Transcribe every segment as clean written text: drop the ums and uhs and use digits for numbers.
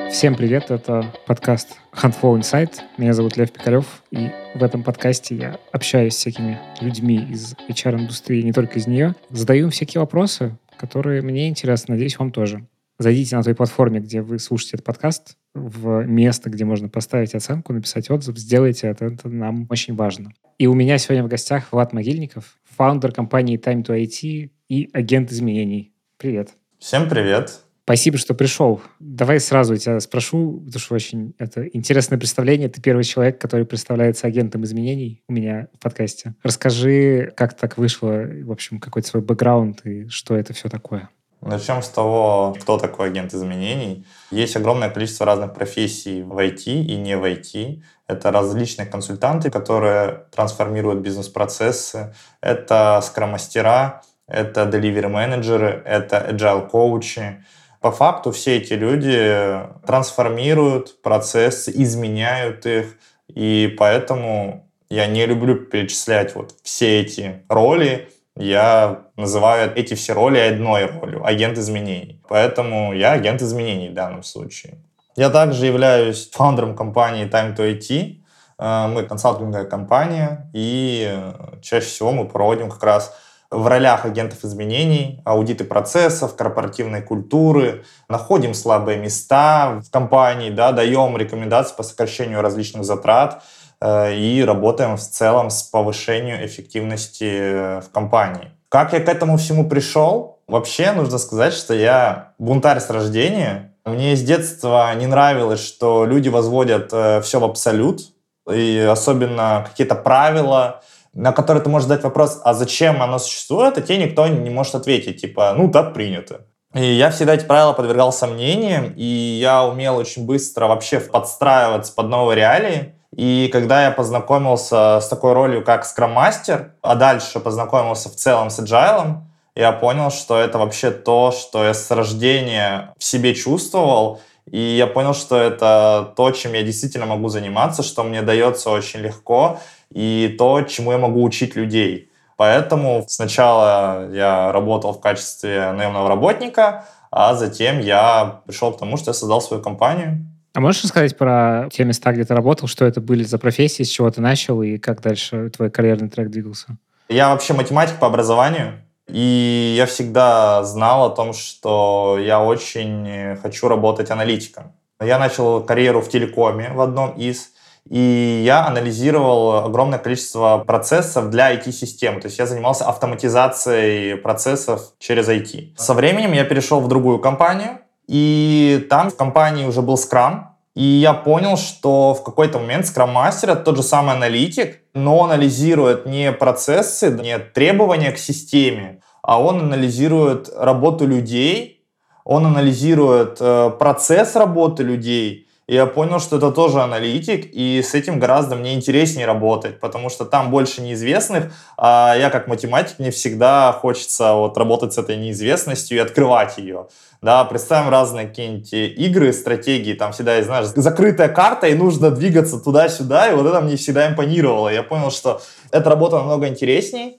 Всем привет, это подкаст Handful Insight. Меня зовут Лев Пикалев, и в этом подкасте я общаюсь с всякими людьми из HR-индустрии, не только из нее. Задаю им всякие вопросы, которые мне интересны, надеюсь, вам тоже. Зайдите на той платформе, где вы слушаете этот подкаст, в место, где можно поставить оценку, написать отзыв. Сделайте это нам очень важно. И у меня сегодня в гостях Влад Могильников, фаундер компании Time to IT и агент изменений. Привет. Всем привет. Спасибо, что пришел. Давай сразу тебя спрошу, потому что очень это интересное представление. Ты первый человек, который представляется агентом изменений у меня в подкасте. Расскажи, как так вышло, в общем, какой-то свой бэкграунд и что это все такое. Начнем с того, кто такой агент изменений. Есть огромное количество разных профессий в IT и не в IT. Это различные консультанты, которые трансформируют бизнес-процессы. Это скрам-мастера, это delivery-менеджеры, это agile-коучи. По факту все эти люди трансформируют процессы, изменяют их, и поэтому я не люблю перечислять вот все эти роли. Я называю эти все роли одной ролью — агент изменений. Поэтому я агент изменений в данном случае. Я также являюсь фаундером компании Time to IT. Мы консалтинговая компания, и чаще всего мы проводим как раз в ролях агентов изменений, аудиты процессов, корпоративной культуры, находим слабые места в компании, даем рекомендации по сокращению различных затрат и работаем в целом с повышением эффективности в компании. Как я к этому всему пришел? Вообще нужно сказать, что я бунтарь с рождения. Мне с детства не нравилось, что люди возводят все в абсолют, и особенно какие-то правила, на которые ты можешь задать вопрос, а зачем оно существует, а тебе никто не может ответить, типа, так принято. И я всегда эти правила подвергал сомнениям, и я умел очень быстро вообще подстраиваться под новые реалии. И когда я познакомился с такой ролью, как скрам-мастер, а дальше познакомился в целом с agile, я понял, что это вообще то, что я с рождения в себе чувствовал, и я понял, что это то, чем я действительно могу заниматься, что мне дается очень легко, и то, чему я могу учить людей. Поэтому сначала я работал в качестве наемного работника, а затем я пришел к тому, что я создал свою компанию. А можешь рассказать про те места, где ты работал, что это были за профессии, с чего ты начал и как дальше твой карьерный трек двигался? Я вообще математик по образованию, и я всегда знал о том, что я очень хочу работать аналитиком. Я начал карьеру в телекоме в одном из, и я анализировал огромное количество процессов для IT-систем. То есть я занимался автоматизацией процессов через IT. Со временем я перешел в другую компанию, и там в компании уже был Scrum. И я понял, что в какой-то момент скрам-мастер — это тот же самый аналитик, но он анализирует не процессы, не требования к системе, а он анализирует работу людей, он анализирует процесс работы людей. И я понял, что это тоже аналитик, и с этим гораздо мне интереснее работать, потому что там больше неизвестных, а я как математик, мне всегда хочется работать с этой неизвестностью и открывать ее. Представим разные какие-нибудь игры, стратегии, там всегда есть, знаешь, закрытая карта, и нужно двигаться туда-сюда, и вот это мне всегда импонировало. Я понял, что эта работа намного интереснее.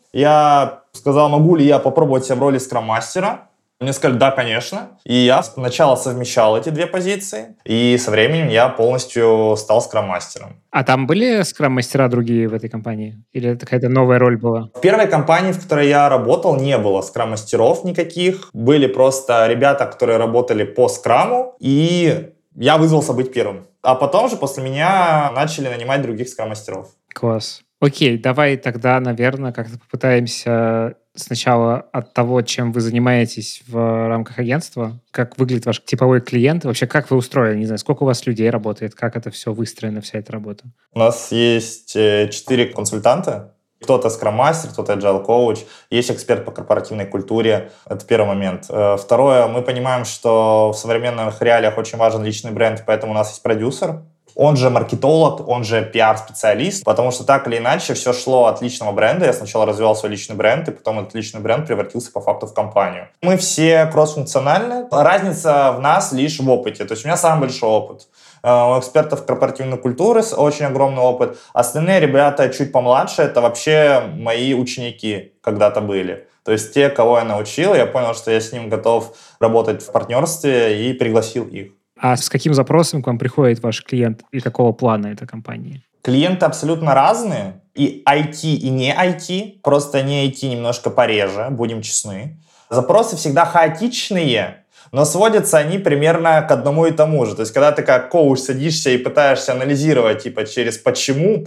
Я сказал, могу ли я попробовать себя в роли скрам-мастера. Мне сказали, да, конечно. И я сначала совмещал эти две позиции, и со временем я полностью стал скрам-мастером. А там были скрам-мастера другие в этой компании? Или это какая-то новая роль была? В первой компании, в которой я работал, не было скрам-мастеров никаких. Были просто ребята, которые работали по скраму, и я вызвался быть первым. А потом же после меня начали нанимать других скрам-мастеров. Класс. Окей, давай тогда, наверное, как-то попытаемся сначала от того, чем вы занимаетесь в рамках агентства, как выглядит ваш типовой клиент, вообще как вы устроены, не знаю, сколько у вас людей работает, как это все выстроено, вся эта работа? У нас есть 4 консультанта. Кто-то скрам-мастер, кто-то agile-коуч, есть эксперт по корпоративной культуре. Это первый момент. Второе, мы понимаем, что в современных реалиях очень важен личный бренд, поэтому у нас есть продюсер. Он же маркетолог, он же пиар-специалист, потому что так или иначе все шло от личного бренда. Я сначала развивал свой личный бренд, и потом этот личный бренд превратился по факту в компанию. Мы все кросс-функциональны. Разница в нас лишь в опыте. То есть у меня самый большой опыт. У экспертов корпоративной культуры очень огромный опыт. Остальные ребята чуть помладше, это вообще мои ученики когда-то были. То есть те, кого я научил, я понял, что я с ним готов работать в партнерстве и пригласил их. А с каким запросом к вам приходит ваш клиент и какого плана эта компания? Клиенты абсолютно разные. И IT, и не IT. Просто не IT немножко пореже, будем честны. Запросы всегда хаотичные, но сводятся они примерно к одному и тому же. То есть, когда ты как коуч садишься и пытаешься анализировать типа через почему,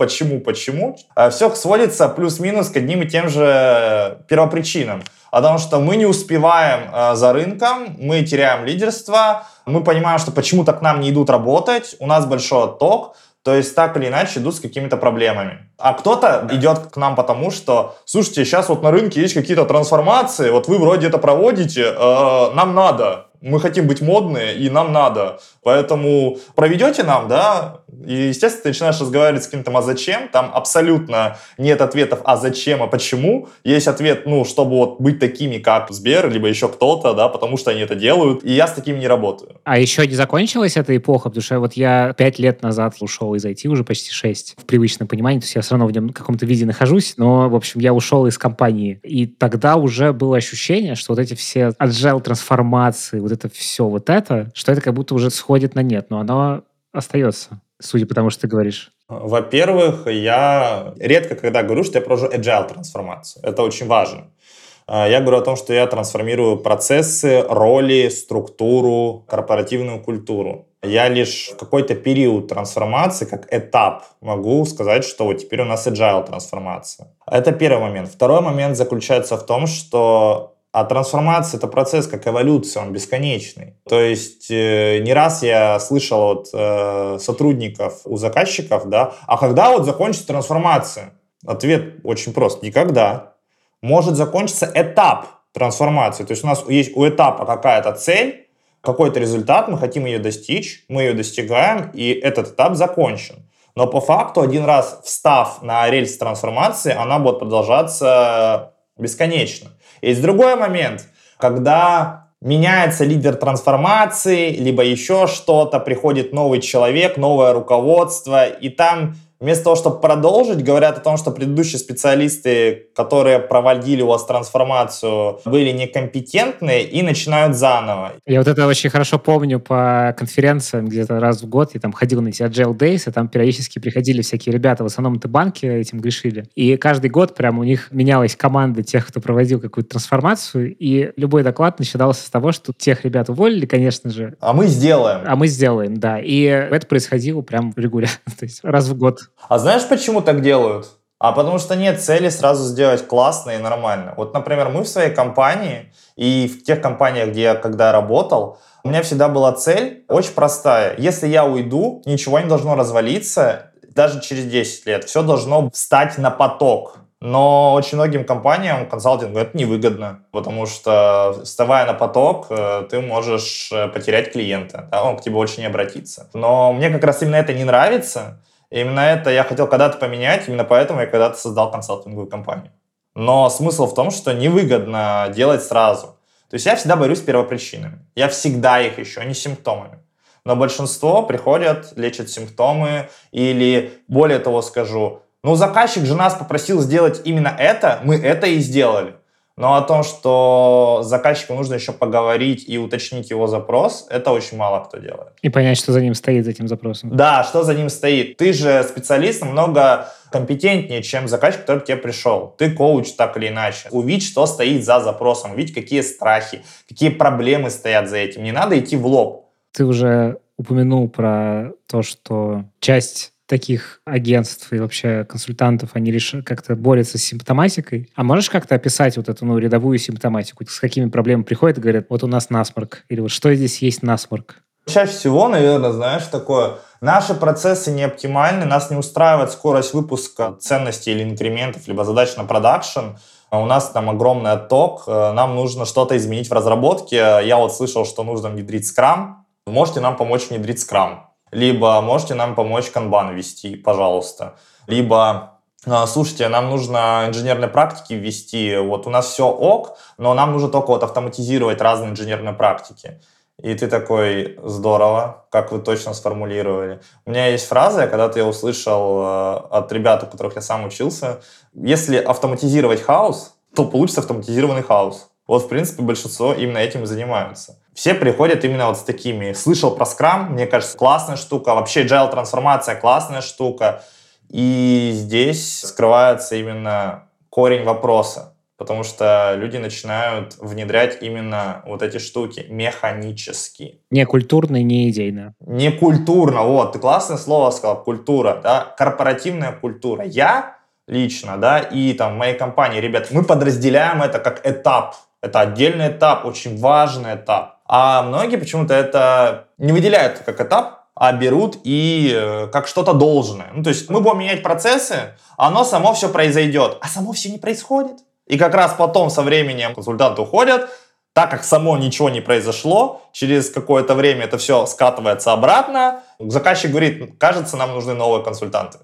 все сводится плюс-минус к одним и тем же первопричинам. О том, что мы не успеваем за рынком, мы теряем лидерство, мы понимаем, что почему-то к нам не идут работать, у нас большой отток, то есть так или иначе идут с какими-то проблемами. А кто-то идет к нам потому, что, слушайте, сейчас вот на рынке есть какие-то трансформации, вот вы вроде это проводите, нам надо. Мы хотим быть модные, и нам надо. Поэтому проведете нам, да? И, естественно, ты начинаешь разговаривать с кем-то «а зачем?». Там абсолютно нет ответов «а зачем?», «а почему?». Есть ответ, чтобы вот быть такими, как Сбер, либо еще кто-то, да, потому что они это делают. И я с такими не работаю. А еще не закончилась эта эпоха? Потому что вот я 5 лет назад ушел из IT, уже почти 6, в привычном понимании. То есть я все равно в нем в каком-то виде нахожусь, но, в общем, я ушел из компании. И тогда уже было ощущение, что вот эти все agile трансформации, вот это все вот это, что это как будто уже сходит на нет, но оно остается, судя по тому, что ты говоришь. Во-первых, я редко когда говорю, что я провожу agile трансформацию. Это очень важно. Я говорю о том, что я трансформирую процессы, роли, структуру, корпоративную культуру. Я лишь в какой-то период трансформации, как этап, могу сказать, что вот теперь у нас agile трансформация. Это первый момент. Второй момент заключается в том, что трансформация — это процесс, как эволюция, он бесконечный. То есть не раз я слышал от сотрудников у заказчиков, да, а когда вот закончится трансформация? Ответ очень прост: никогда. Может закончиться этап трансформации. То есть у нас есть у этапа какая-то цель, какой-то результат, мы хотим ее достичь, мы ее достигаем, и этот этап закончен. Но по факту, один раз встав на рельс трансформации, она будет продолжаться бесконечно. Есть другой момент, когда меняется лидер трансформации, либо еще что-то, приходит новый человек, новое руководство, и там вместо того, чтобы продолжить, говорят о том, что предыдущие специалисты, которые проводили у вас трансформацию, были некомпетентны и начинают заново. Я вот это очень хорошо помню по конференциям где-то раз в год. Я там ходил на эти Agile Days, и там периодически приходили всякие ребята, в основном это банки этим грешили. И каждый год прям у них менялась команда тех, кто проводил какую-то трансформацию, и любой доклад начинался с того, что тех ребят уволили, конечно же. А мы сделаем. А мы сделаем, да. И это происходило прям регулярно, то есть раз в год. А знаешь, почему так делают? Потому что нет цели сразу сделать классно и нормально. Вот, например, мы в своей компании и в тех компаниях, где я когда работал, у меня всегда была цель очень простая. Если я уйду, ничего не должно развалиться, даже через 10 лет. Все должно встать на поток. Но очень многим компаниям консалтингу это невыгодно, потому что, вставая на поток, ты можешь потерять клиента, да, он к тебе больше не обратится. Но мне как раз именно это не нравится. И именно это я хотел когда-то поменять, именно поэтому я когда-то создал консалтинговую компанию. Но смысл в том, что невыгодно делать сразу. То есть я всегда борюсь с первопричинами. Я всегда их ищу, а не симптомами. Но большинство приходят, лечат симптомы, или, более того скажу, заказчик же нас попросил сделать именно это, мы это и сделали. Но о том, что с заказчиком нужно еще поговорить и уточнить его запрос, это очень мало кто делает. И понять, что за ним стоит, за этим запросом. Да, что за ним стоит. Ты же специалист намного компетентнее, чем заказчик, который к тебе пришел. Ты коуч так или иначе. Увидь, что стоит за запросом, увидь, какие страхи, какие проблемы стоят за этим. Не надо идти в лоб. Ты уже упомянул про то, что часть таких агентств и вообще консультантов, они как-то борются с симптоматикой. А можешь как-то описать вот эту рядовую симптоматику? С какими проблемами приходят и говорят, вот у нас насморк, или вот что здесь есть насморк? Чаще всего, наверное, знаешь, такое, наши процессы не оптимальны, нас не устраивает скорость выпуска ценностей или инкрементов, либо задач на продакшн. У нас там огромный отток, нам нужно что-то изменить в разработке. Я вот слышал, что нужно внедрить Scrum. Можете нам помочь внедрить Scrum? Либо можете нам помочь канбан ввести, пожалуйста. Либо, слушайте, нам нужно инженерные практики ввести. Вот у нас все ок, но нам нужно только вот автоматизировать разные инженерные практики. И ты такой, здорово, как вы точно сформулировали. У меня есть фраза, когда-то я услышал от ребят, у которых я сам учился, если автоматизировать хаос, то получится автоматизированный хаос. Вот, в принципе, большинство именно этим и занимаются. Все приходят именно вот с такими. Слышал про Scrum, мне кажется, классная штука. Вообще Agile трансформация классная штука. И здесь скрывается именно корень вопроса. Потому что люди начинают внедрять именно вот эти штуки механически. Не культурно, не идейно. Не культурно. Вот, ты классное слово сказал, культура, да, корпоративная культура. Я лично, да, и там в моей компании, ребят, мы подразделяем это как этап. Это отдельный этап, очень важный этап. А многие почему-то это не выделяют как этап, а берут и как что-то должное. Ну, то есть мы будем менять процессы, оно само все произойдет. А само все не происходит. И как раз потом со временем консультанты уходят, так как само ничего не произошло, через какое-то время это все скатывается обратно. Заказчик говорит, кажется, нам нужны новые консультанты.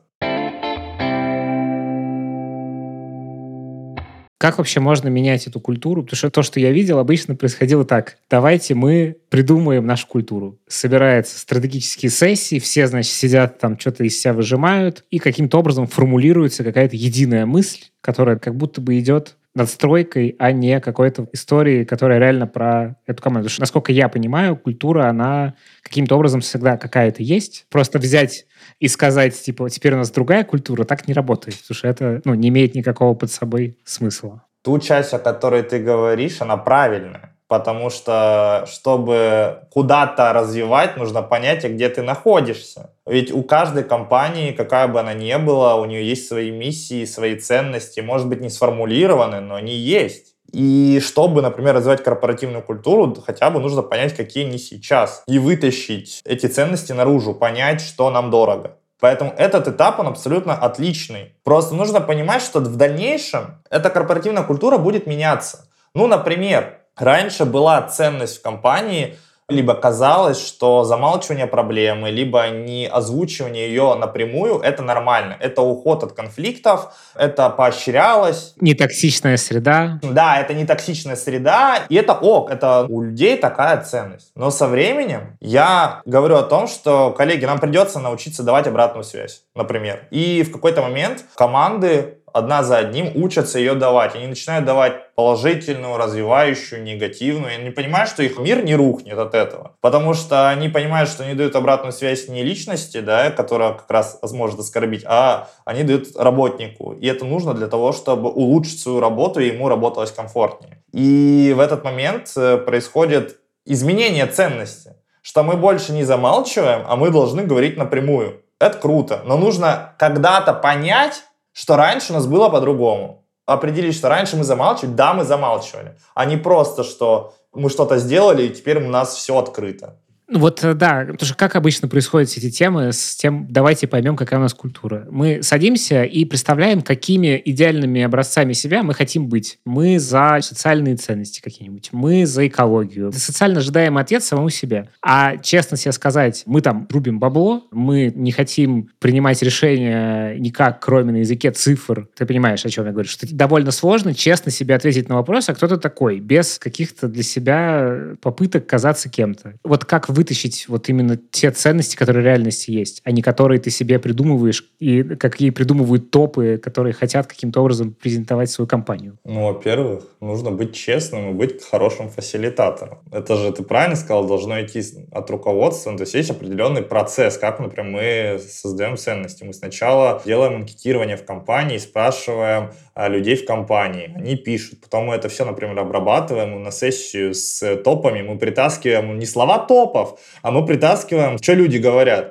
Как вообще можно менять эту культуру? Потому что то, что я видел, обычно происходило так. Давайте мы придумаем нашу культуру. Собираются стратегические сессии, все, значит, сидят там, что-то из себя выжимают, и каким-то образом формулируется какая-то единая мысль, которая как будто бы идет надстройкой, а не какой-то историей, которая реально про эту команду. Потому что, насколько я понимаю, культура, она каким-то образом всегда какая-то есть. Просто взять и сказать, типа, теперь у нас другая культура, так не работает, потому что это не имеет никакого под собой смысла. Ту часть, о которой ты говоришь, она правильная. Потому что, чтобы куда-то развивать, нужно понять, где ты находишься. Ведь у каждой компании, какая бы она ни была, у нее есть свои миссии, свои ценности. Может быть, не сформулированы, но они есть. И чтобы, например, развивать корпоративную культуру, хотя бы нужно понять, какие они сейчас. И вытащить эти ценности наружу, понять, что нам дорого. Поэтому этот этап, он абсолютно отличный. Просто нужно понимать, что в дальнейшем эта корпоративная культура будет меняться. Ну, например, раньше была ценность в компании, либо казалось, что замалчивание проблемы, либо не озвучивание ее напрямую, это нормально. Это уход от конфликтов, это поощрялось. Нетоксичная среда. Да, это нетоксичная среда, и это ок, это у людей такая ценность. Но со временем я говорю о том, что, коллеги, нам придется научиться давать обратную связь, например. И в какой-то момент команды одна за одним учатся ее давать. Они начинают давать положительную, развивающую, негативную. И они понимают, что их мир не рухнет от этого. Потому что они понимают, что они дают обратную связь не личности, да, которая как раз может оскорбить, а они дают работнику. И это нужно для того, чтобы улучшить свою работу, и ему работалось комфортнее. И в этот момент происходит изменение ценности, что мы больше не замалчиваем, а мы должны говорить напрямую. Это круто, но нужно когда-то понять, что раньше у нас было по-другому. Определить, что раньше мы замалчивали, да, мы замалчивали. А не просто, что мы что-то сделали, и теперь у нас все открыто. Вот, да, потому что как обычно происходят эти темы с тем, давайте поймем, какая у нас культура. Мы садимся и представляем, какими идеальными образцами себя мы хотим быть. Мы за социальные ценности какие-нибудь, мы за экологию. Социально ожидаемый ответ самому себе. А честно себе сказать, мы там рубим бабло, мы не хотим принимать решения никак, кроме на языке цифр. Ты понимаешь, о чем я говорю? Что довольно сложно честно себе ответить на вопрос, а кто ты такой, без каких-то для себя попыток казаться кем-то. Вот как вытащить вот именно те ценности, которые в реальности есть, а не которые ты себе придумываешь, и какие придумывают топы, которые хотят каким-то образом презентовать свою компанию? Ну, во-первых, нужно быть честным и быть хорошим фасилитатором. Это же, ты правильно сказал, должно идти от руководства. То есть есть определенный процесс, как, например, мы создаем ценности. Мы сначала делаем анкетирование в компании, спрашиваем людей в компании. Они пишут. Потом мы это все, например, обрабатываем на сессию с топами. Мы притаскиваем не слова топов, а мы притаскиваем, что люди говорят.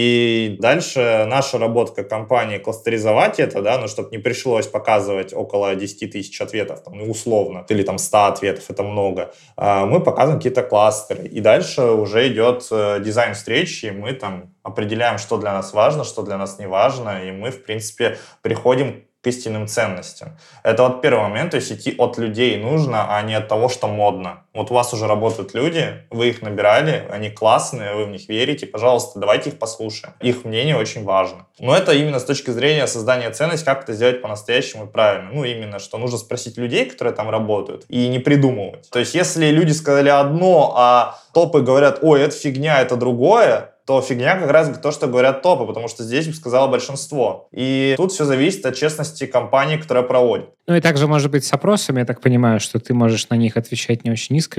И дальше наша работа как компании кластеризовать это, да, чтобы не пришлось показывать около 10 тысяч ответов, там, условно, или там 100 ответов, это много. Мы показываем какие-то кластеры. И дальше уже идет дизайн встречи, и мы там определяем, что для нас важно, что для нас не важно, и мы, в принципе, приходим к истинным ценностям. Это вот первый момент, то есть идти от людей нужно, а не от того, что модно. Вот у вас уже работают люди, вы их набирали, они классные, вы в них верите, пожалуйста, давайте их послушаем. Их мнение очень важно. Но это именно с точки зрения создания ценностей, как это сделать по-настоящему и правильно. Ну, именно, что нужно спросить людей, которые там работают, и не придумывать. То есть, если люди сказали одно, а топы говорят, ой, это фигня, это другое, то фигня как раз то, что говорят топы, потому что здесь сказало большинство. И тут все зависит от честности компании, которая проводит. Ну и также может быть с опросами, я так понимаю, что ты можешь на них отвечать не очень искренне.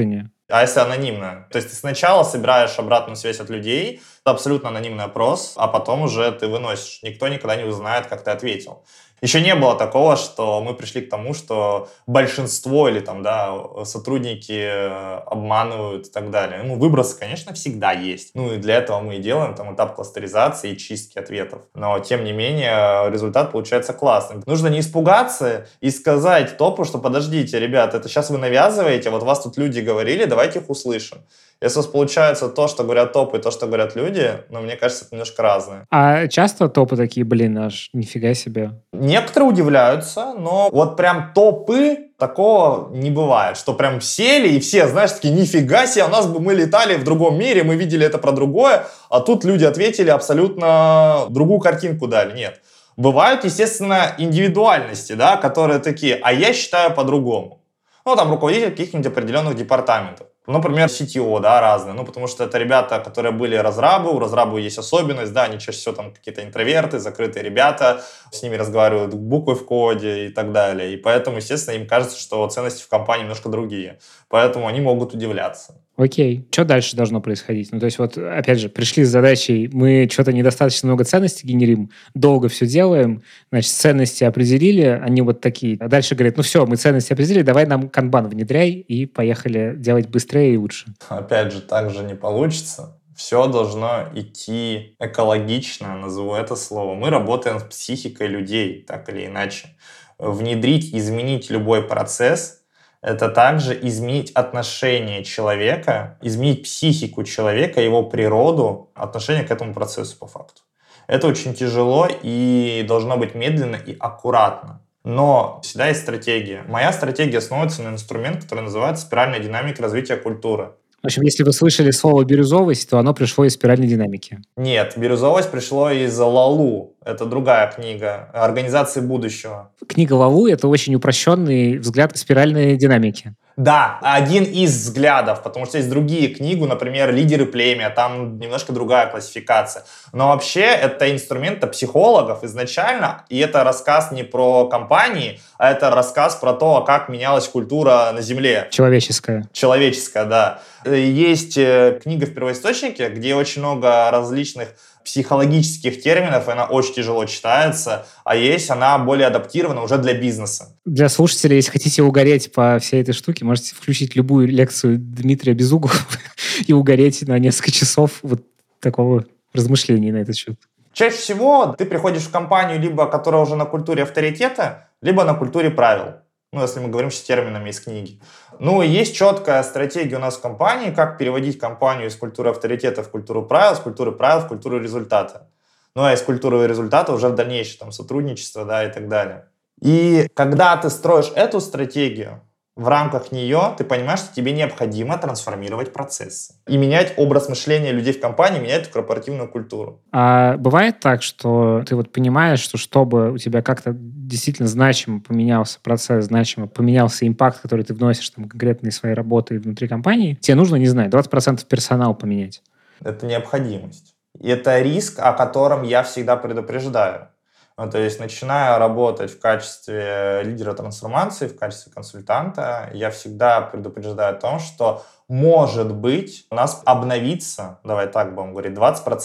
А если анонимно? То есть ты сначала собираешь обратную связь от людей, это абсолютно анонимный опрос, а потом уже ты выносишь. Никто никогда не узнает, как ты ответил. Еще не было такого, что мы пришли к тому, что большинство или там, да, сотрудники обманывают и так далее. Ну, выбросы, конечно, всегда есть. Ну, и для этого мы и делаем там этап кластеризации и чистки ответов. Но, тем не менее, результат получается классным. Нужно не испугаться и сказать топу, что подождите, ребят, это сейчас вы навязываете, вот вас тут люди говорили, давайте их услышим. Если у вас получается то, что говорят топы, и то, что говорят люди, ну, мне кажется, это немножко разное. А часто топы такие, блин, аж нифига себе. Некоторые удивляются, но вот прям топы такого не бывает, что прям сели и все, знаешь, такие, нифига себе, у нас бы мы летали в другом мире, мы видели это про другое, а тут люди ответили абсолютно другую картинку дали. Нет. Бывают, естественно, индивидуальности, да, которые такие, а я считаю по-другому. Ну, там руководитель каких-нибудь определенных департаментов. Например, CTO, да, разные. Ну, потому что это ребята, которые были разрабы, у разрабов есть особенность, да, они чаще всего там какие-то интроверты, закрытые ребята, с ними разговаривают буквы в коде и так далее. И поэтому, естественно, им кажется, что ценности в компании немножко другие. Поэтому они могут удивляться. Окей. Что дальше должно происходить? Ну, то есть вот, опять же, пришли с задачей, мы что-то недостаточно много ценностей генерим, долго все делаем, значит, ценности определили, они вот такие. А дальше говорят, ну все, мы ценности определили, давай нам канбан внедряй, и поехали делать быстрее и лучше. Опять же, так же не получится. Все должно идти экологично, назову это слово. Мы работаем с психикой людей, так или иначе. Внедрить, изменить любой процесс — это также изменить отношение человека, изменить психику человека, его природу, отношение к этому процессу по факту. Это очень тяжело и должно быть медленно и аккуратно. Но всегда есть стратегия. Моя стратегия основывается на инструмент, который называется спиральная динамика развития культуры. В общем, если вы слышали слово «бирюзовость», то оно пришло из спиральной динамики. Нет, бирюзовость пришло из Лалу. Это другая книга «Организации будущего». Книга Лалу — это очень упрощенный взгляд спиральной динамики. Да, один из взглядов, потому что есть другие книги, например, «Лидеры племя», там немножко другая классификация. Но вообще это инструмент психологов изначально, и это рассказ не про компании, а это рассказ про то, как менялась культура на Земле. Человеческая. Человеческая, да. Есть книга в первоисточнике, где очень много различных психологических терминов, и она очень тяжело читается, а есть она более адаптирована уже для бизнеса. Для слушателей, если хотите угореть по всей этой штуке, можете включить любую лекцию Дмитрия Безугова и угореть на несколько часов вот такого размышления на этот счет. Чаще всего ты приходишь в компанию, либо которая уже на культуре авторитета, либо на культуре правил. Ну, если мы говорим с терминами из книги. Ну, и есть четкая стратегия у нас в компании, как переводить компанию из культуры авторитета в культуру правил, с культуры правил в культуру результата. Ну, а из культуры результата уже в дальнейшее там сотрудничество, да, и так далее. И когда ты строишь эту стратегию, в рамках нее ты понимаешь, что тебе необходимо трансформировать процессы и менять образ мышления людей в компании, менять корпоративную культуру. А бывает так, что ты вот понимаешь, что чтобы у тебя как-то действительно значимо поменялся процесс, значимо поменялся импакт, который ты вносишь там конкретно из своей работы внутри компании, тебе нужно, не знаю, 20% персонала поменять? Это необходимость. И это риск, о котором я всегда предупреждаю. Ну, то есть, начиная работать в качестве лидера трансформации, в качестве консультанта, я всегда предупреждаю о том, что, может быть, у нас обновится, давай так будем говорить,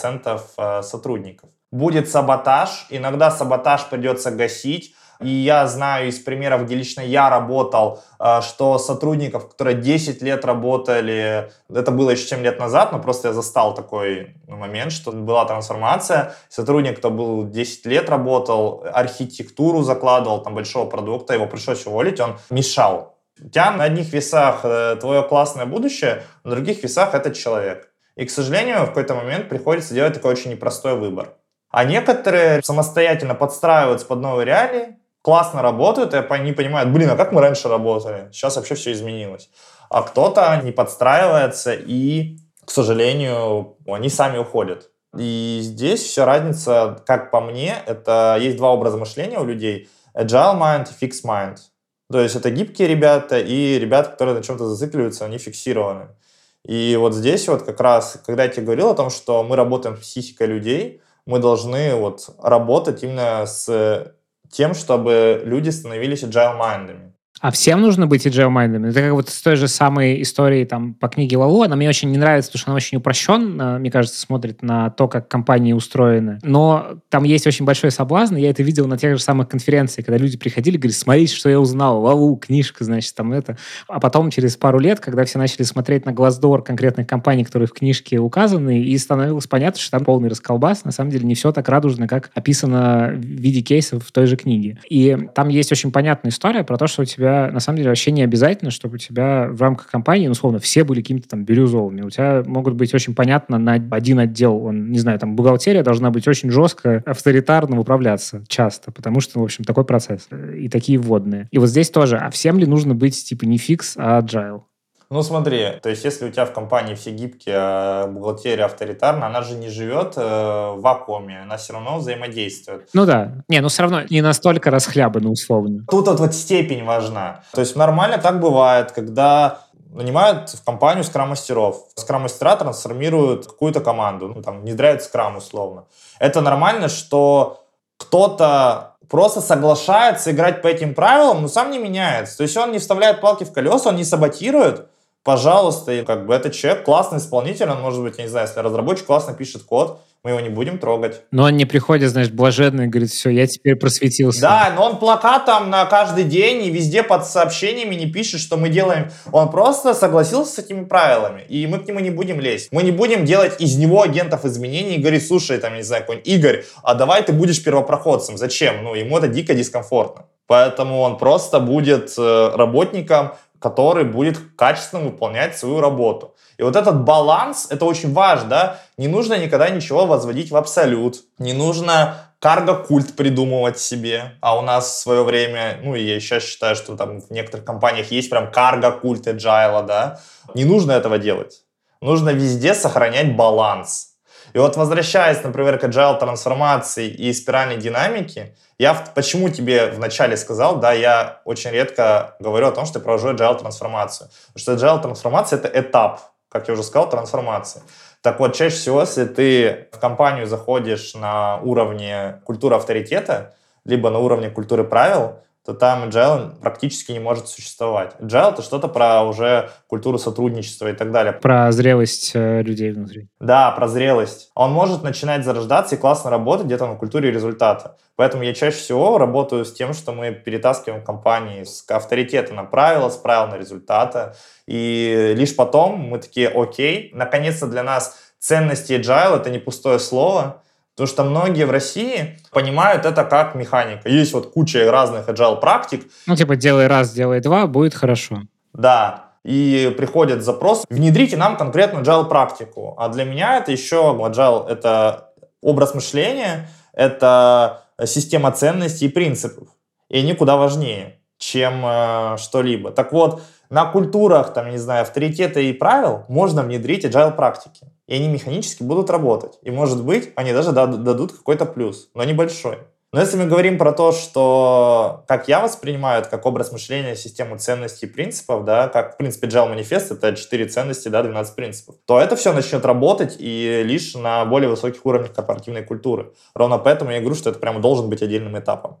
20% сотрудников. Будет саботаж, иногда саботаж придется гасить. И я знаю из примеров, где лично я работал, что сотрудников, которые 10 лет работали, это было еще 7 лет назад, но просто я застал такой момент, что была трансформация. Сотрудник, кто был 10 лет работал, архитектуру закладывал там большого продукта, его пришлось уволить, он мешал. У тебя на одних весах твое классное будущее, на других весах этот человек. И, к сожалению, в какой-то момент приходится делать такой очень непростой выбор. А некоторые самостоятельно подстраиваются под новые реалии, классно работают, и они понимают, блин, а как мы раньше работали? Сейчас вообще все изменилось. А кто-то не подстраивается, и, к сожалению, они сами уходят. И здесь вся разница, как по мне, это есть два образа мышления у людей. Agile mind и fixed mind. То есть это гибкие ребята и ребята, которые на чем-то зацикливаются, они фиксированы. И вот здесь вот как раз, когда я тебе говорил о том, что мы работаем с психикой людей, мы должны вот работать именно с тем, чтобы люди становились agile-mindами. А всем нужно быть agile-майндами? Это как вот с той же самой историей там, по книге Лалу. Она мне очень не нравится, потому что она очень упрощенно, мне кажется, смотрит на то, как компании устроены. Но там есть очень большой соблазн. Я это видел на тех же самых конференциях, когда люди приходили, говорили, смотрите, что я узнал. Лалу, книжка, значит, там это. А потом, через пару лет, когда все начали смотреть на Glassdoor конкретных компаний, которые в книжке указаны, и становилось понятно, что там полный расколбас. На самом деле не все так радужно, как описано в виде кейсов в той же книге. И там есть очень понятная история про то, что у тебя на самом деле вообще не обязательно, чтобы у тебя в рамках компании, ну, условно, все были какими-то там бирюзовыми. У тебя могут быть очень понятно на один отдел, он, не знаю, там, бухгалтерия должна быть очень жестко, авторитарно управляться часто, потому что, в общем, такой процесс и такие вводные. И вот здесь тоже, а всем ли нужно быть, типа, не фикс, а agile? Ну смотри, то есть если у тебя в компании все гибкие, а бухгалтерия авторитарна, она же не живет в вакууме, она все равно взаимодействует. Ну да. Не, ну все равно не настолько расхлябано, условно. Тут вот степень важна. То есть нормально так бывает, когда нанимают в компанию скрам-мастеров. Скрам-мастера трансформируют какую-то команду, ну, там, внедряют скрам условно. Это нормально, что кто-то просто соглашается играть по этим правилам, но сам не меняется. То есть он не вставляет палки в колеса, он не саботирует. Пожалуйста, и как бы этот человек классный исполнитель, он может быть, я не знаю, если разработчик классно пишет код, мы его не будем трогать. Но он не приходит, знаешь, блаженный и говорит, все, я теперь просветился. Да, но он плакатом на каждый день и везде под сообщениями не пишет, что мы делаем. Он просто согласился с этими правилами, и мы к нему не будем лезть. Мы не будем делать из него агентов изменений и говорить, слушай, там, не знаю, какой-нибудь Игорь, а давай ты будешь первопроходцем. Зачем? Ну, ему это дико дискомфортно. Поэтому он просто будет работником, который будет качественно выполнять свою работу. И вот этот баланс, это очень важно, да? Не нужно никогда ничего возводить в абсолют. Не нужно карго-культ придумывать себе. А у нас в свое время, ну и я сейчас считаю, что там в некоторых компаниях есть прям карго-культ agile, да? Не нужно этого делать. Нужно везде сохранять баланс. И вот возвращаясь, например, к agile трансформации и спиральной динамике, я почему тебе вначале сказал, да, я очень редко говорю о том, что я провожу agile трансформацию. Потому что agile трансформация — это этап, как я уже сказал, трансформации. Так вот, чаще всего, если ты в компанию заходишь на уровне культуры авторитета, либо на уровне культуры правил, то там agile практически не может существовать. Agile — это что-то про уже культуру сотрудничества и так далее. Про зрелость людей внутри. Да, про зрелость. Он может начинать зарождаться и классно работать где-то на культуре результата. Поэтому я чаще всего работаю с тем, что мы перетаскиваем компании с авторитета на правила, с правил на результаты. И лишь потом мы такие, окей, наконец-то для нас ценности agile — это не пустое слово. Потому что многие в России понимают это как механика. Есть вот куча разных agile практик. Ну, типа, делай раз, делай два, будет хорошо. Да. И приходит запрос, внедрите нам конкретную agile практику. А для меня это еще agile — это образ мышления, это система ценностей и принципов. И они куда важнее, чем что-либо. Так вот, на культурах, там, не знаю, авторитета и правил можно внедрить agile практики. И они механически будут работать. И, может быть, они даже дадут какой-то плюс, но небольшой. Но если мы говорим про то, что как я воспринимаю это как образ мышления, систему ценностей и принципов, да, как, в принципе, Agile манифест — это 4 ценности, да, 12 принципов, то это все начнет работать и лишь на более высоких уровнях корпоративной культуры. Ровно поэтому я говорю, что это прямо должен быть отдельным этапом.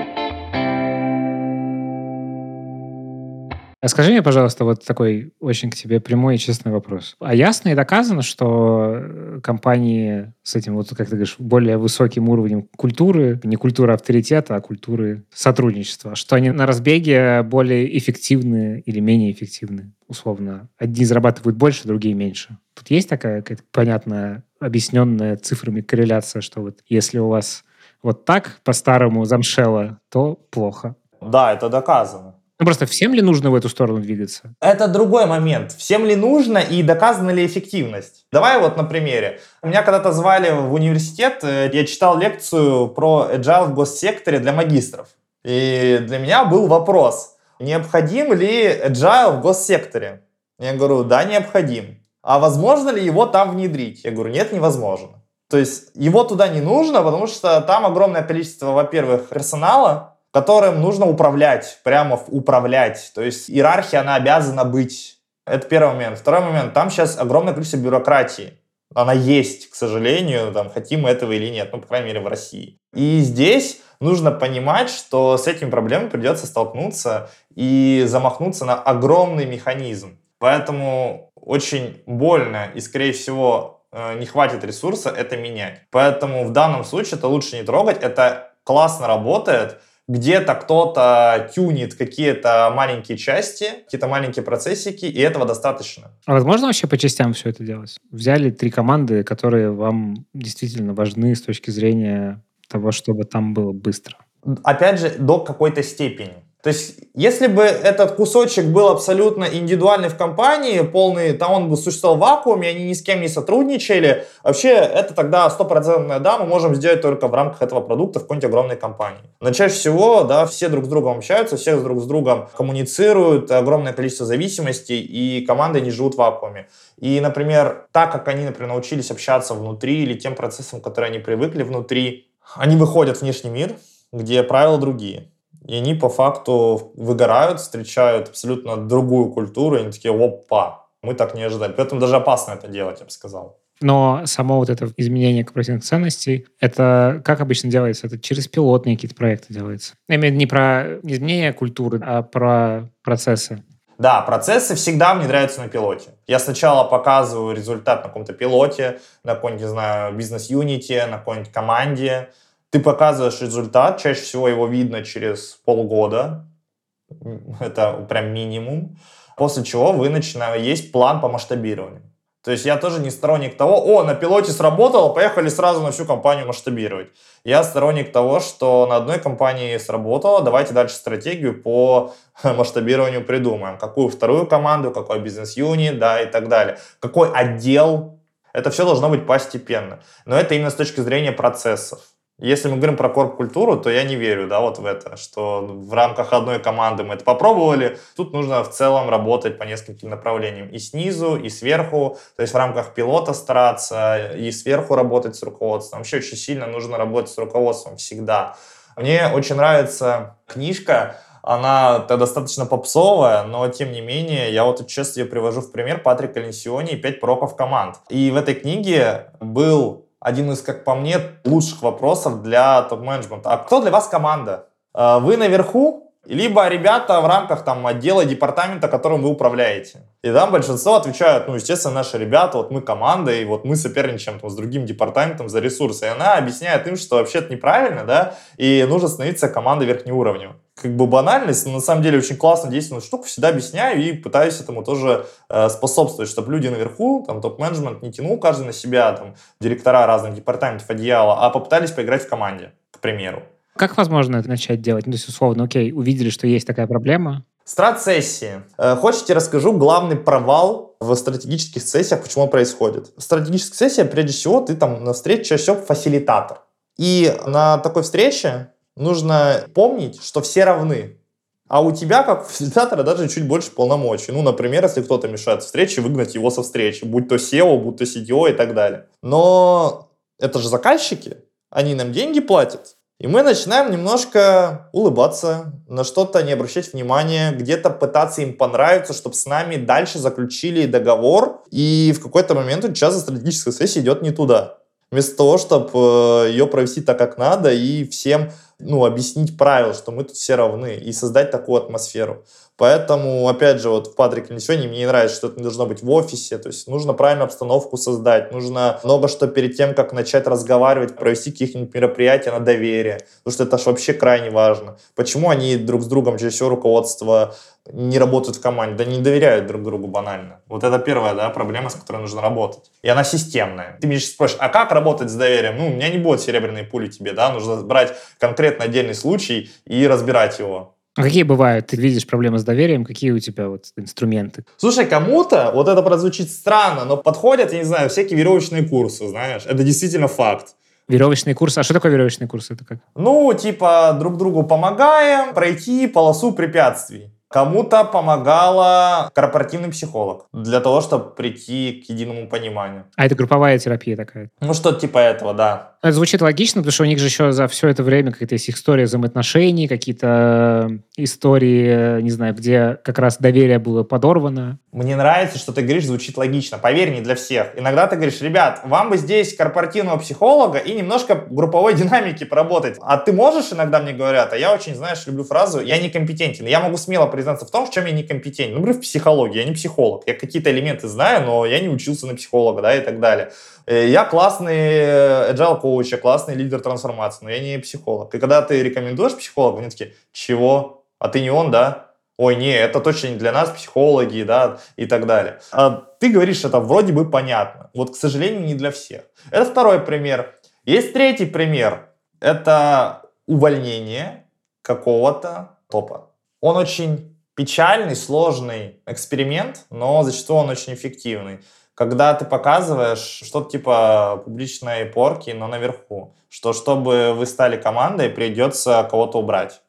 Скажи мне, пожалуйста, вот такой очень к тебе прямой и честный вопрос. А ясно и доказано, что компании с этим, вот как ты говоришь, более высоким уровнем культуры, не культуры авторитета, а культуры сотрудничества, что они на разбеге более эффективны или менее эффективны, условно? Одни зарабатывают больше, другие меньше. Тут есть такая какая-то понятная, объясненная цифрами корреляция, что вот если у вас вот так по-старому замшело, то плохо. Да, это доказано. Ну, просто всем ли нужно в эту сторону двигаться? Это другой момент. Всем ли нужно и доказана ли эффективность? Давай вот на примере. Меня когда-то звали в университет, я читал лекцию про agile в госсекторе для магистров. И для меня был вопрос, необходим ли agile в госсекторе? Я говорю, да, необходим. А возможно ли его там внедрить? Я говорю, нет, невозможно. То есть его туда не нужно, потому что там огромное количество, во-первых, персонала, которым нужно управлять, прямо управлять. То есть иерархия, она обязана быть. Это первый момент. Второй момент. Там сейчас огромное количество бюрократии. Она есть, к сожалению, там, хотим мы этого или нет. Ну, по крайней мере, в России. И здесь нужно понимать, что с этими проблемами придется столкнуться и замахнуться на огромный механизм. Поэтому очень больно и, скорее всего, не хватит ресурса это менять. Поэтому в данном случае это лучше не трогать. Это классно работает. Где-то кто-то тюнит какие-то маленькие части, какие-то маленькие процессики, и этого достаточно. А возможно вообще по частям все это делать? Взяли 3 команды, которые вам действительно важны с точки зрения того, чтобы там было быстро. Опять же, до какой-то степени. То есть, если бы этот кусочек был абсолютно индивидуальный в компании, полный, там он бы существовал в вакууме, они ни с кем не сотрудничали, вообще это тогда 100% да, мы можем сделать только в рамках этого продукта в какой-нибудь огромной компании. Но чаще всего, да, все друг с другом общаются, все друг с другом коммуницируют, огромное количество зависимостей, и команды не живут в вакууме. И, например, так как они, например, научились общаться внутри или тем процессам, которые они привыкли внутри, они выходят в внешний мир, где правила другие. И они по факту выгорают, встречают абсолютно другую культуру, и они такие, опа, мы так не ожидали. Поэтому даже опасно это делать, я бы сказал. Но само вот это изменение корпоративных ценностей, это как обычно делается? Это через пилотные какие-то проекты делается? Я имею в виду не про изменение культуры, а про процессы. Да, процессы всегда внедряются на пилоте. Я сначала показываю результат на каком-то пилоте, на какой-нибудь, не знаю, бизнес-юните, на какой-нибудь команде. Ты показываешь результат, чаще всего его видно через полгода, это прям минимум, после чего есть план по масштабированию. То есть я тоже не сторонник того, на пилоте сработало, поехали сразу на всю компанию масштабировать. Я сторонник того, что на одной компании сработало, давайте дальше стратегию по масштабированию придумаем. Какую вторую команду, какой бизнес-юнит, да, и так далее. Какой отдел. Это все должно быть постепенно. Но это именно с точки зрения процессов. Если мы говорим про корп-культуру, то я не верю, да, вот в это, что в рамках одной команды мы это попробовали. Тут нужно в целом работать по нескольким направлениям. И снизу, и сверху. То есть в рамках пилота стараться, и сверху работать с руководством. Вообще очень сильно нужно работать с руководством всегда. Мне очень нравится книжка. Она достаточно попсовая, но тем не менее, я вот часто ее привожу в пример. Патрик Ленсиони и 5 пороков команд. И в этой книге был один из, как по мне, лучших вопросов для топ-менеджмента. А кто для вас команда? Вы наверху, либо ребята в рамках там отдела, департамента, которым вы управляете? И там большинство отвечают, естественно, наши ребята, вот мы команда, и вот мы соперничаем там с другим департаментом за ресурсы. И она объясняет им, что вообще это неправильно, да, и нужно становиться командой верхнеуровневой. Как бы банальность, но на самом деле очень классно действенную штуку всегда объясняю и пытаюсь этому тоже способствовать, чтобы люди наверху, там топ-менеджмент не тянул каждый на себя, там директора разных департаментов одеяла, а попытались поиграть в команде, к примеру. Как возможно это начать делать? То есть, условно, окей, увидели, что есть такая проблема. Страт-сессии. Хотите, расскажу главный провал в стратегических сессиях, почему он происходит. Стратегическая сессия, прежде всего, ты там на встрече чаще всего фасилитатор. И на такой встрече нужно помнить, что все равны. А у тебя, как фасилитатора, даже чуть больше полномочий. Например, если кто-то мешает встрече, выгнать его со встречи. Будь то SEO, будь то CTO и так далее. Но это же заказчики. Они нам деньги платят. И мы начинаем немножко улыбаться, на что-то не обращать внимания, где-то пытаться им понравиться, чтобы с нами дальше заключили договор. И в какой-то момент часто стратегическая сессия идет не туда. Вместо того, чтобы ее провести так, как надо, и всем объяснить правила, что мы тут все равны, и создать такую атмосферу. Поэтому, опять же, вот в Патрике Ленсиони мне не нравится, что это должно быть в офисе, то есть нужно правильную обстановку создать, нужно много что перед тем, как начать разговаривать, провести каких-нибудь мероприятия на доверие, потому что это же вообще крайне важно. Почему они друг с другом, через все руководство, не работают в команде? Да не доверяют друг другу банально. Вот это первая, да, проблема, с которой нужно работать. И она системная. Ты меня сейчас спрашиваешь, а как работать с доверием? У меня не будет серебряной пули тебе, да, нужно брать конкретно отдельный случай и разбирать его. А какие бывают? Ты видишь проблемы с доверием, какие у тебя вот инструменты? Слушай, кому-то, вот это прозвучит странно, но подходят, я не знаю, всякие веревочные курсы, знаешь, это действительно факт. Веревочный курс? А что такое веревочный курс? Это как? Друг другу помогаем пройти полосу препятствий. Кому-то помогала корпоративный психолог для того, чтобы прийти к единому пониманию. А это групповая терапия такая? Ну, что-то типа этого, да. Это звучит логично, потому что у них же еще за все это время какая-то есть история взаимоотношений, какие-то истории, не знаю, где как раз доверие было подорвано. Мне нравится, что ты говоришь, звучит логично. Поверь, не для всех. Иногда ты говоришь, ребят, вам бы здесь корпоративного психолога и немножко групповой динамики поработать. А ты можешь, иногда мне говорят, а я очень, знаешь, люблю фразу «я некомпетентен». Я могу смело признаться в том, в чем я некомпетентен. Например, в психологии. Я не психолог. Я какие-то элементы знаю, но я не учился на психолога, да, и так далее. Я классный agile коуч, я классный лидер трансформации, но я не психолог. И когда ты рекомендуешь психолога, они такие, чего? А ты не он, да? Ой, не, это точно не для нас, психологи, да, и так далее. А ты говоришь, это вроде бы понятно. Вот, к сожалению, не для всех. Это второй пример. Есть третий пример. Это увольнение какого-то топа. Он очень печальный, сложный эксперимент, но зачастую он очень эффективный. Когда ты показываешь что-то типа публичной порки, но наверху, что чтобы вы стали командой, придется кого-то убрать.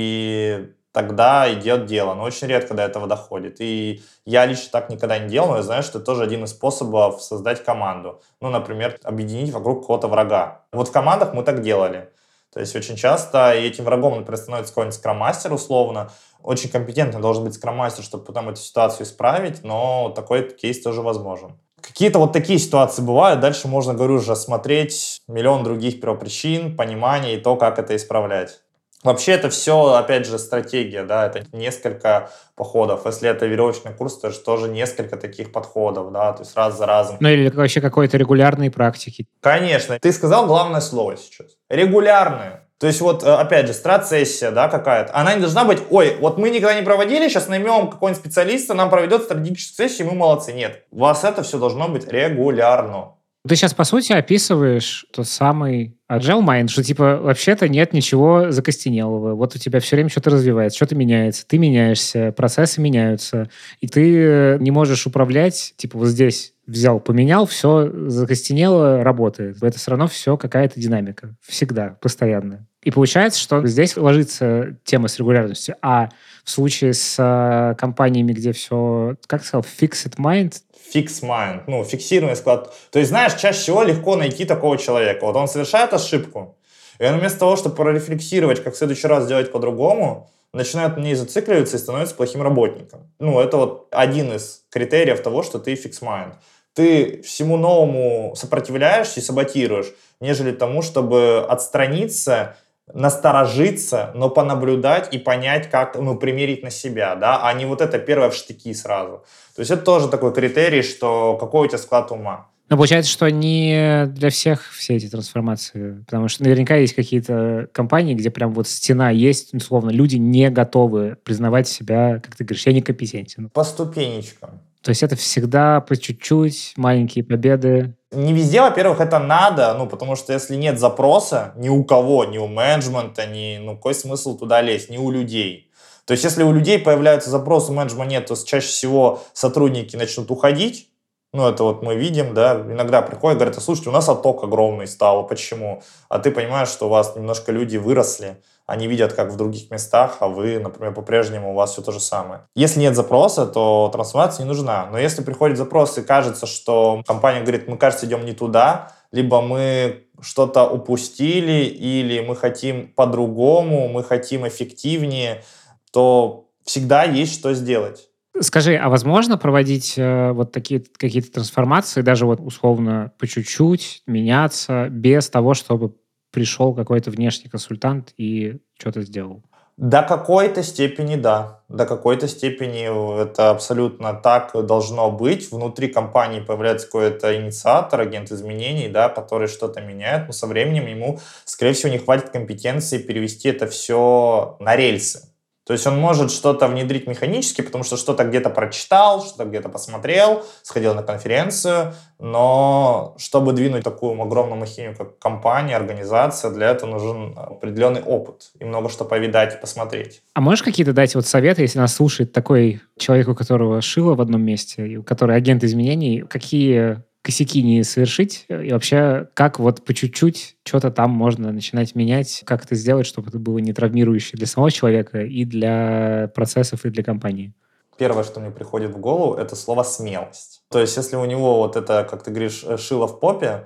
И тогда идет дело. Но очень редко до этого доходит. И я лично так никогда не делал, но я знаю, что это тоже один из способов создать команду. Ну, например, объединить вокруг какого-то врага. Вот в командах мы так делали. То есть очень часто и этим врагом, например, становится какой-нибудь скрам-мастер условно. Очень компетентный должен быть скрам-мастер, чтобы потом эту ситуацию исправить, но такой кейс тоже возможен. Какие-то вот такие ситуации бывают. Дальше можно, говорю, уже смотреть миллион других первопричин, понимания и то, как это исправлять. Вообще это все, опять же, стратегия, да, это несколько походов. Если это веревочный курс, то это тоже несколько таких подходов, да, то есть раз за разом. Ну или вообще какой-то регулярной практики. Конечно. Ты сказал главное слово сейчас. Регулярные. То есть вот, опять же, стратсессия, да, какая-то. Она не должна быть, ой, вот мы никогда не проводили, сейчас наймем какого-нибудь специалиста, нам проведет стратегическую сессию, и мы молодцы. Нет. У вас это все должно быть регулярно. Ты сейчас, по сути, описываешь тот самый agile mind, что, типа, вообще-то нет ничего закостенелого. Вот у тебя все время что-то развивается, что-то меняется, ты меняешься, процессы меняются, и ты не можешь управлять, типа, вот здесь взял, поменял, все закостенело, работает. Это все равно все какая-то динамика. Всегда, постоянно. И получается, что здесь ложится тема с регулярностью, а в случае с компаниями, где все, как сказал, fixed mind, Fix mind, ну, фиксированный склад. То есть, знаешь, чаще всего легко найти такого человека. Вот он совершает ошибку, и он вместо того, чтобы прорефлексировать, как в следующий раз сделать по-другому, начинает на ней зацикливаться и становится плохим работником. Ну, это вот один из критериев того, что ты fix mind. Ты всему новому сопротивляешься и саботируешь, нежели тому, чтобы отстраниться, насторожиться, но понаблюдать и понять, как, ну, примерить на себя, да, а не вот это первое в штыки сразу. То есть это тоже такой критерий, что какой у тебя склад ума. Но получается, что не для всех все эти трансформации, потому что наверняка есть какие-то компании, где прям вот стена есть, условно, люди не готовы признавать себя, как ты говоришь, я некомпетентен. По ступенечкам. То есть это всегда по чуть-чуть, маленькие победы. Не везде, во-первых, это надо, ну, потому что если нет запроса ни у кого, ни у менеджмента, ну, какой смысл туда лезть, ни у людей. То есть если у людей появляется запрос, у менеджмента нет, то чаще всего сотрудники начнут уходить. Ну, это вот мы видим, да, иногда приходят, говорят, слушайте, у нас отток огромный стал, почему? А ты понимаешь, что у вас немножко люди выросли, они видят, как в других местах, а вы, например, по-прежнему у вас все то же самое. Если нет запроса, то трансформация не нужна. Но если приходит запрос и кажется, что компания говорит, мы, кажется, идем не туда, либо мы что-то упустили, или мы хотим по-другому, мы хотим эффективнее, то всегда есть что сделать. Скажи, а возможно проводить вот такие какие-то трансформации, даже вот условно по чуть-чуть меняться, без того, чтобы пришел какой-то внешний консультант и что-то сделал? До какой-то степени да. До какой-то степени это абсолютно так должно быть. Внутри компании появляется какой-то инициатор, агент изменений, да, который что-то меняет, но со временем ему, скорее всего, не хватит компетенции перевести это все на рельсы. То есть он может что-то внедрить механически, потому что что-то где-то прочитал, что-то где-то посмотрел, сходил на конференцию, но чтобы двинуть такую огромную махиню, как компания, организация, для этого нужен определенный опыт и много что повидать и посмотреть. А можешь какие-то дать вот советы, если нас слушает такой человек, у которого шило в одном месте, и у которого агент изменений, какие косяки не совершить? И вообще, как вот по чуть-чуть что-то там можно начинать менять? Как это сделать, чтобы это было не травмирующе для самого человека и для процессов, и для компании? Первое, что мне приходит в голову, это слово «смелость». То есть, если у него вот это, как ты говоришь, шило в попе,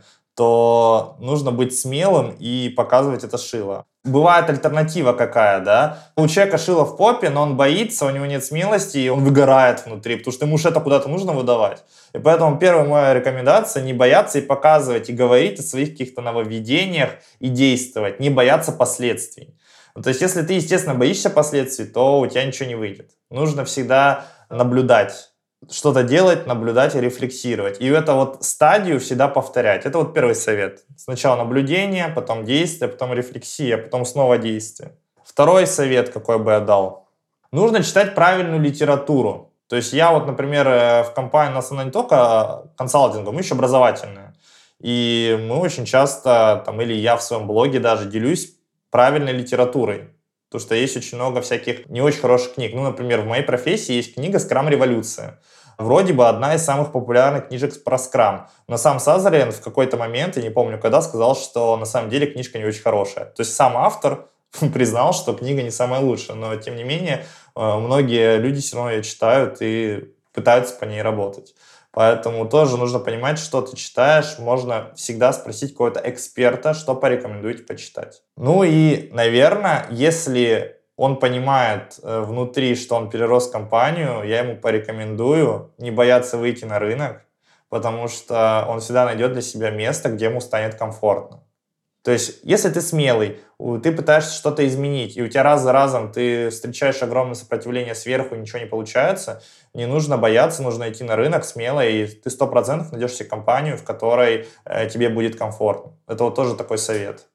то нужно быть смелым и показывать это шило. Бывает альтернатива какая, да? У человека шило в попе, но он боится, у него нет смелости, и он выгорает внутри, потому что ему же это куда-то нужно выдавать. И поэтому первая моя рекомендация — не бояться и показывать, и говорить о своих каких-то нововведениях, и действовать, не бояться последствий. Ну, то есть, если ты, естественно, боишься последствий, то у тебя ничего не выйдет. Нужно всегда наблюдать, что-то делать, наблюдать и рефлексировать. И эту вот стадию всегда повторять. Это вот первый совет. Сначала наблюдение, потом действие, потом рефлексия, потом снова действие. Второй совет, какой бы я дал. Нужно читать правильную литературу. То есть я вот, например, в компании, у нас она не только консалтинг, мы еще образовательная. И мы очень часто, там, или я в своем блоге даже делюсь правильной литературой. Потому что есть очень много всяких не очень хороших книг. Ну, например, в моей профессии есть книга «Скрам-революция». Вроде бы одна из самых популярных книжек про скрам. Но сам Сазарян в какой-то момент, я не помню когда, сказал, что на самом деле книжка не очень хорошая. То есть сам автор признал, что книга не самая лучшая. Но, тем не менее, многие люди все равно ее читают и пытаются по ней работать. Поэтому тоже нужно понимать, что ты читаешь. Можно всегда спросить какого-то эксперта, что порекомендуете почитать. Ну и, наверное, если он понимает внутри, что он перерос компанию, я ему порекомендую не бояться выйти на рынок, потому что он всегда найдет для себя место, где ему станет комфортно. То есть, если ты смелый, ты пытаешься что-то изменить, и у тебя раз за разом ты встречаешь огромное сопротивление сверху, и ничего не получается, не нужно бояться, нужно идти на рынок смело, и ты 100% найдешь себе компанию, в которой тебе будет комфортно. Это вот тоже такой совет.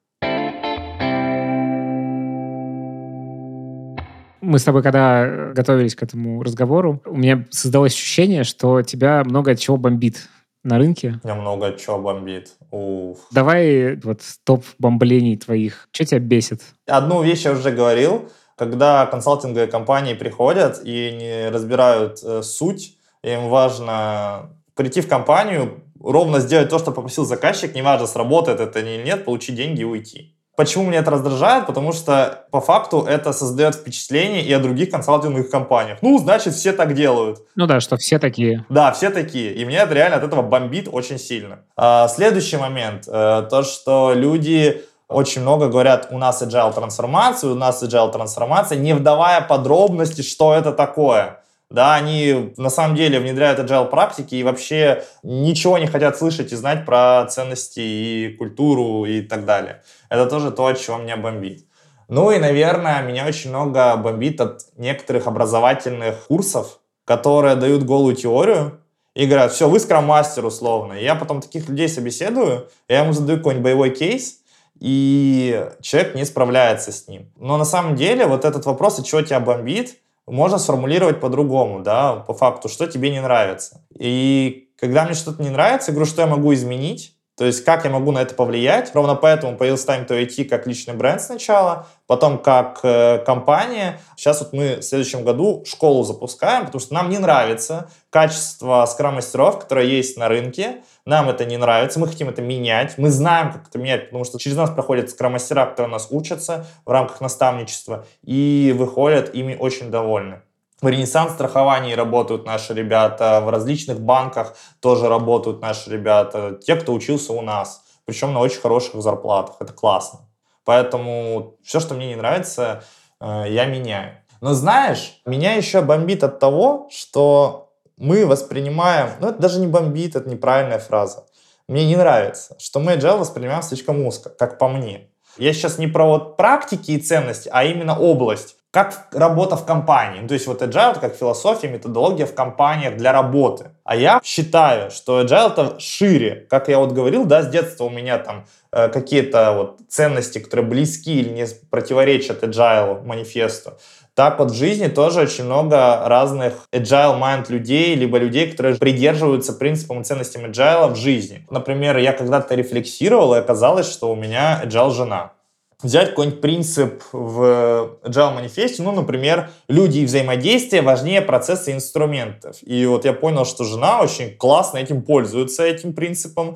Мы с тобой, когда готовились к этому разговору, у меня создалось ощущение, что тебя много от чего бомбит на рынке. Меня много чего бомбит. Уф. Давай вот топ бомблений твоих. Что тебя бесит? Одну вещь я уже говорил. Когда консалтинговые компании приходят и не разбирают суть, им важно прийти в компанию, ровно сделать то, что попросил заказчик, неважно, сработает это или нет, получить деньги и уйти. Почему меня это раздражает? Потому что по факту это создает впечатление и о других консалтинговых компаниях. Ну, значит, все так делают. Ну да, что все такие. Да, все такие. И меня это реально от этого бомбит очень сильно. Следующий момент. То, что люди очень много говорят, у нас agile трансформация, у нас agile трансформация, не вдавая подробности, что это такое. Да, они на самом деле внедряют agile практики и вообще ничего не хотят слышать и знать про ценности и культуру и так далее. Это тоже то, от чего меня бомбит. Ну и, наверное, меня очень много бомбит от некоторых образовательных курсов, которые дают голую теорию и говорят, все, вы скрам-мастер условно. И я потом таких людей собеседую, я ему задаю какой-нибудь боевой кейс, и человек не справляется с ним. Но на самом деле вот этот вопрос, от чего тебя бомбит, можно сформулировать по-другому, да, по факту, что тебе не нравится. И когда мне что-то не нравится, я говорю, что я могу изменить, то есть как я могу на это повлиять. Ровно поэтому появился Time to IT как личный бренд сначала, потом как компания. Сейчас вот мы в следующем году школу запускаем, потому что нам не нравится качество скрам-мастеров, которое есть на рынке. Нам это не нравится, мы хотим это менять. Мы знаем, как это менять, потому что через нас проходят скрам-мастера, которые нас учатся в рамках наставничества и выходят, ими очень довольны. В Ренессанс страховании работают наши ребята, в различных банках тоже работают наши ребята, те, кто учился у нас, причем на очень хороших зарплатах, это классно. Поэтому все, что мне не нравится, я меняю. Но знаешь, меня еще бомбит от того, что мы воспринимаем, ну это даже не бомбит, это неправильная фраза, мне не нравится, что мы agile воспринимаем слишком узко, как по мне. Я сейчас не про вот практики и ценности, а именно область. Как работа в компании. То есть вот agile это как философия, методология в компаниях для работы. А я считаю, что agile это шире. Как я вот говорил, да, с детства у меня там какие-то вот ценности, которые близки или не противоречат agile манифесту. Так вот в жизни тоже очень много разных agile mind людей, либо людей, которые придерживаются принципам и ценностям agile в жизни. Например, я когда-то рефлексировал, и оказалось, что у меня agile жена. взять какой-нибудь принцип в Agile манифесте, ну, например, люди и взаимодействие важнее процесса и инструментов. И вот я понял, что жена очень классно этим пользуется, этим принципом.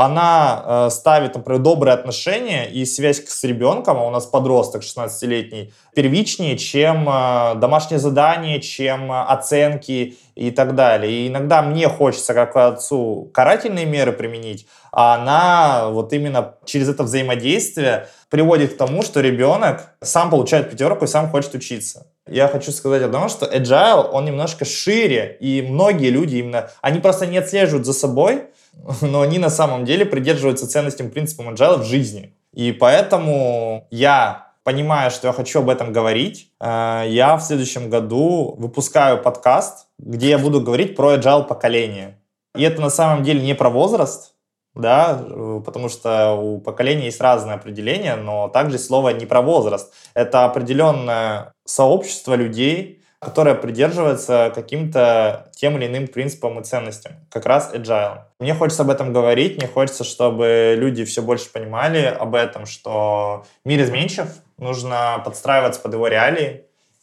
Она ставит, например, добрые отношения и связь с ребенком, а у нас подросток 16-летний, первичнее, чем домашнее задание, чем оценки и так далее. И иногда мне хочется, как отцу, карательные меры применить, а она вот именно через это взаимодействие приводит к тому, что ребенок сам получает пятерку и сам хочет учиться. Я хочу сказать о том, что Agile, он немножко шире, и многие люди именно, они просто не отслеживают за собой, но они на самом деле придерживаются ценностям, принципам Agile в жизни. И поэтому я, понимая, что я хочу об этом говорить, я в следующем году выпускаю подкаст, где я буду говорить про Agile поколение. И это на самом деле не про возраст, да, потому что у поколений есть разные определения, но также слово не про возраст. Это определенное сообщество людей, которое придерживается каким-то тем или иным принципам и ценностям. Как раз agile. Мне хочется об этом говорить, мне хочется, чтобы люди все больше понимали об этом, что мир изменчив, нужно подстраиваться под его реалии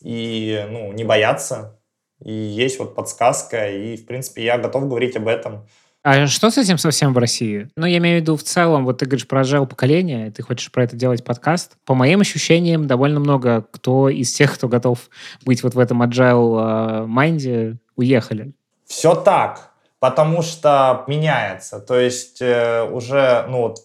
и не бояться. И есть вот подсказка, и, в принципе, я готов говорить об этом. А что с этим совсем в России? Ну, я имею в виду в целом, вот ты говоришь про agile поколение, ты хочешь про это делать подкаст. По моим ощущениям, довольно много кто из тех, кто готов быть вот в этом agile майнде, уехали. Все так, потому что меняется. То есть уже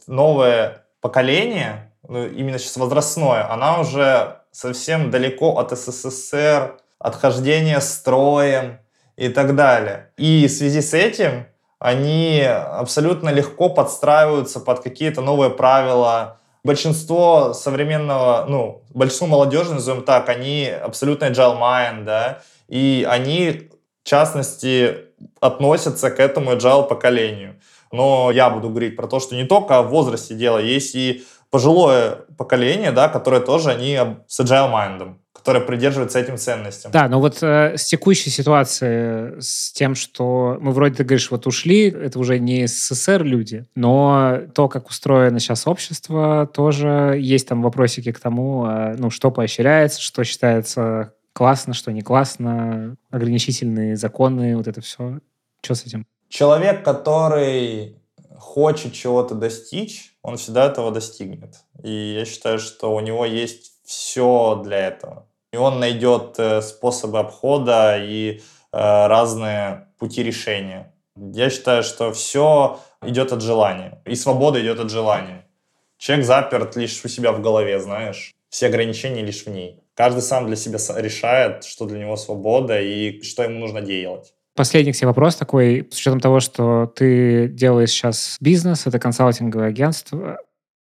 новое поколение, именно сейчас возрастное, она уже совсем далеко от СССР, от хождения строем и так далее. И в связи с этим они абсолютно легко подстраиваются под какие-то новые правила. Большинство современного, большинство молодежи, назовем так, они абсолютно agile mind, да, и они, в частности, относятся к этому agile поколению. Но я буду говорить про то, что не только в возрасте дело, есть и пожилое поколение, да, которое тоже они с agile mind'ом, которое придерживается этим ценностям. Да, но вот с текущей ситуацией, с тем, что мы вроде, ты говоришь, вот ушли, это уже не СССР люди, но то, как устроено сейчас общество, тоже есть там вопросики к тому, что поощряется, что считается классно, что не классно, ограничительные законы, вот это все. Что с этим? Человек, который хочет чего-то достичь, он всегда этого достигнет. И я считаю, что у него есть все для этого. И он найдет способы обхода и разные пути решения. Я считаю, что все идет от желания. И свобода идет от желания. Человек заперт лишь у себя в голове, знаешь. Все ограничения лишь в ней. Каждый сам для себя решает, что для него свобода и что ему нужно делать. Последний к тебе вопрос такой, с учетом того, что ты делаешь сейчас бизнес, это консалтинговое агентство.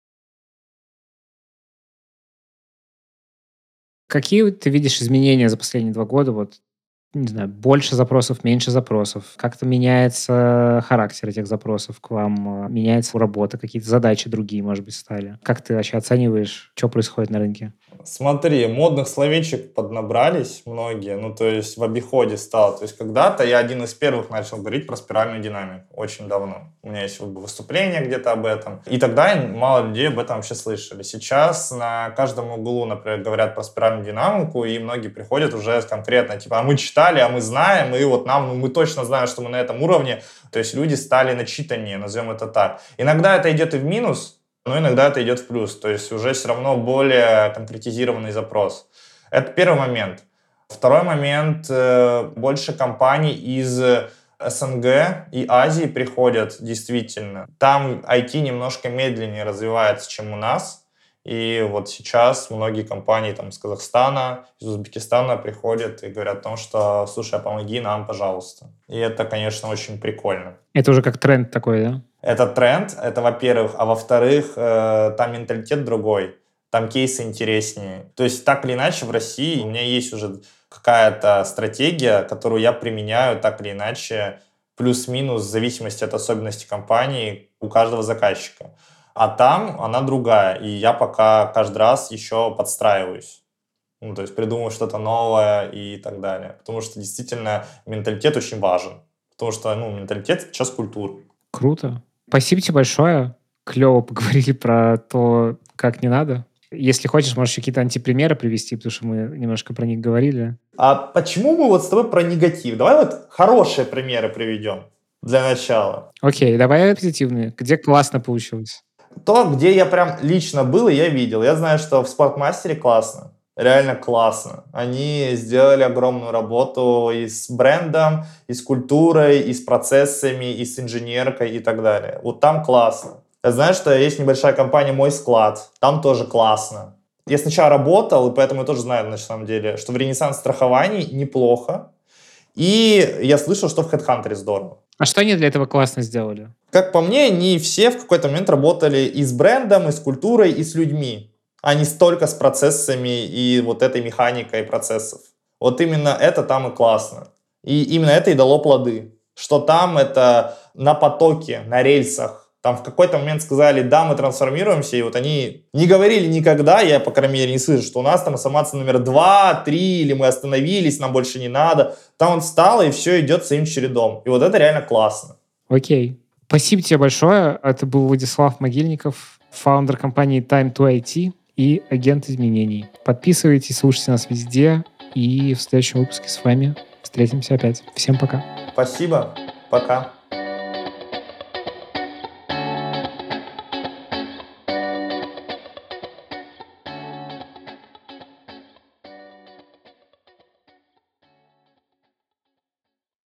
Какие ты видишь изменения за последние 2 года? Вот, не знаю, больше запросов, меньше запросов? Как-то меняется характер этих запросов к вам? Меняется работа? Какие-то задачи другие, может быть, стали? Как ты вообще оцениваешь, что происходит на рынке? Смотри, модных словечек поднабрались многие, то есть в обиходе стало. То есть когда-то я один из первых начал говорить про спиральную динамику, очень давно. У меня есть выступление где-то об этом. И тогда мало людей об этом вообще слышали. Сейчас на каждом углу, например, говорят про спиральную динамику, и многие приходят уже конкретно, типа, а мы читали, а мы знаем, и вот мы точно знаем, что мы на этом уровне. То есть люди стали начитаннее, назовем это так. Иногда это идет и в минус, но иногда это идет в плюс, то есть уже все равно более конкретизированный запрос. Это первый момент. Второй момент, больше компаний из СНГ и Азии приходят действительно. Там IT немножко медленнее развивается, чем у нас. И вот сейчас многие компании из Казахстана, из Узбекистана приходят и говорят о том, что, слушай, а помоги нам, пожалуйста. И это, конечно, очень прикольно. Это уже как тренд такой, да? Это тренд, это во-первых. А во-вторых, там менталитет другой, там кейсы интереснее. То есть так или иначе в России у меня есть уже какая-то стратегия, которую я применяю так или иначе, плюс-минус в зависимости от особенностей компании у каждого заказчика. А там она другая, и я пока каждый раз еще подстраиваюсь. То есть придумываю что-то новое и так далее. Потому что действительно менталитет очень важен. Потому что менталитет — часть культуры. Круто. Спасибо тебе большое. Клево поговорили про то, как не надо. Если хочешь, можешь какие-то антипримеры привести, потому что мы немножко про них говорили. А почему мы вот с тобой про негатив? Давай вот хорошие примеры приведем для начала. Окей, давай позитивные. Где классно получилось? То, где я прям лично был и я видел. Я знаю, что в Спортмастере классно. Реально классно. Они сделали огромную работу и с брендом, и с культурой, и с процессами, и с инженеркой и так далее. Вот там классно. Я знаю, что есть небольшая компания «Мой склад». Там тоже классно. Я сначала работал, и поэтому я тоже знаю, на самом деле, что в Ренессанс страхований неплохо. И я слышал, что в HeadHunter здорово. А что они для этого классно сделали? Как по мне, не все в какой-то момент работали и с брендом, и с культурой, и с людьми, а не столько с процессами и вот этой механикой процессов. Вот именно это там и классно. И именно это и дало плоды. Что там это на потоке, на рельсах. Там в какой-то момент сказали, да, мы трансформируемся, и вот они не говорили никогда, я, по крайней мере, не слышу, что у нас там трансформация номер 2, 3, или мы остановились, нам больше не надо. Там он встал, и все идет своим чередом. И вот это реально классно. Окей. Спасибо тебе большое. Это был Владислав Могильников, фаундер компании Time to IT и агент изменений. Подписывайтесь, слушайте нас везде. И в следующем выпуске с вами встретимся опять. Всем пока. Спасибо. Пока.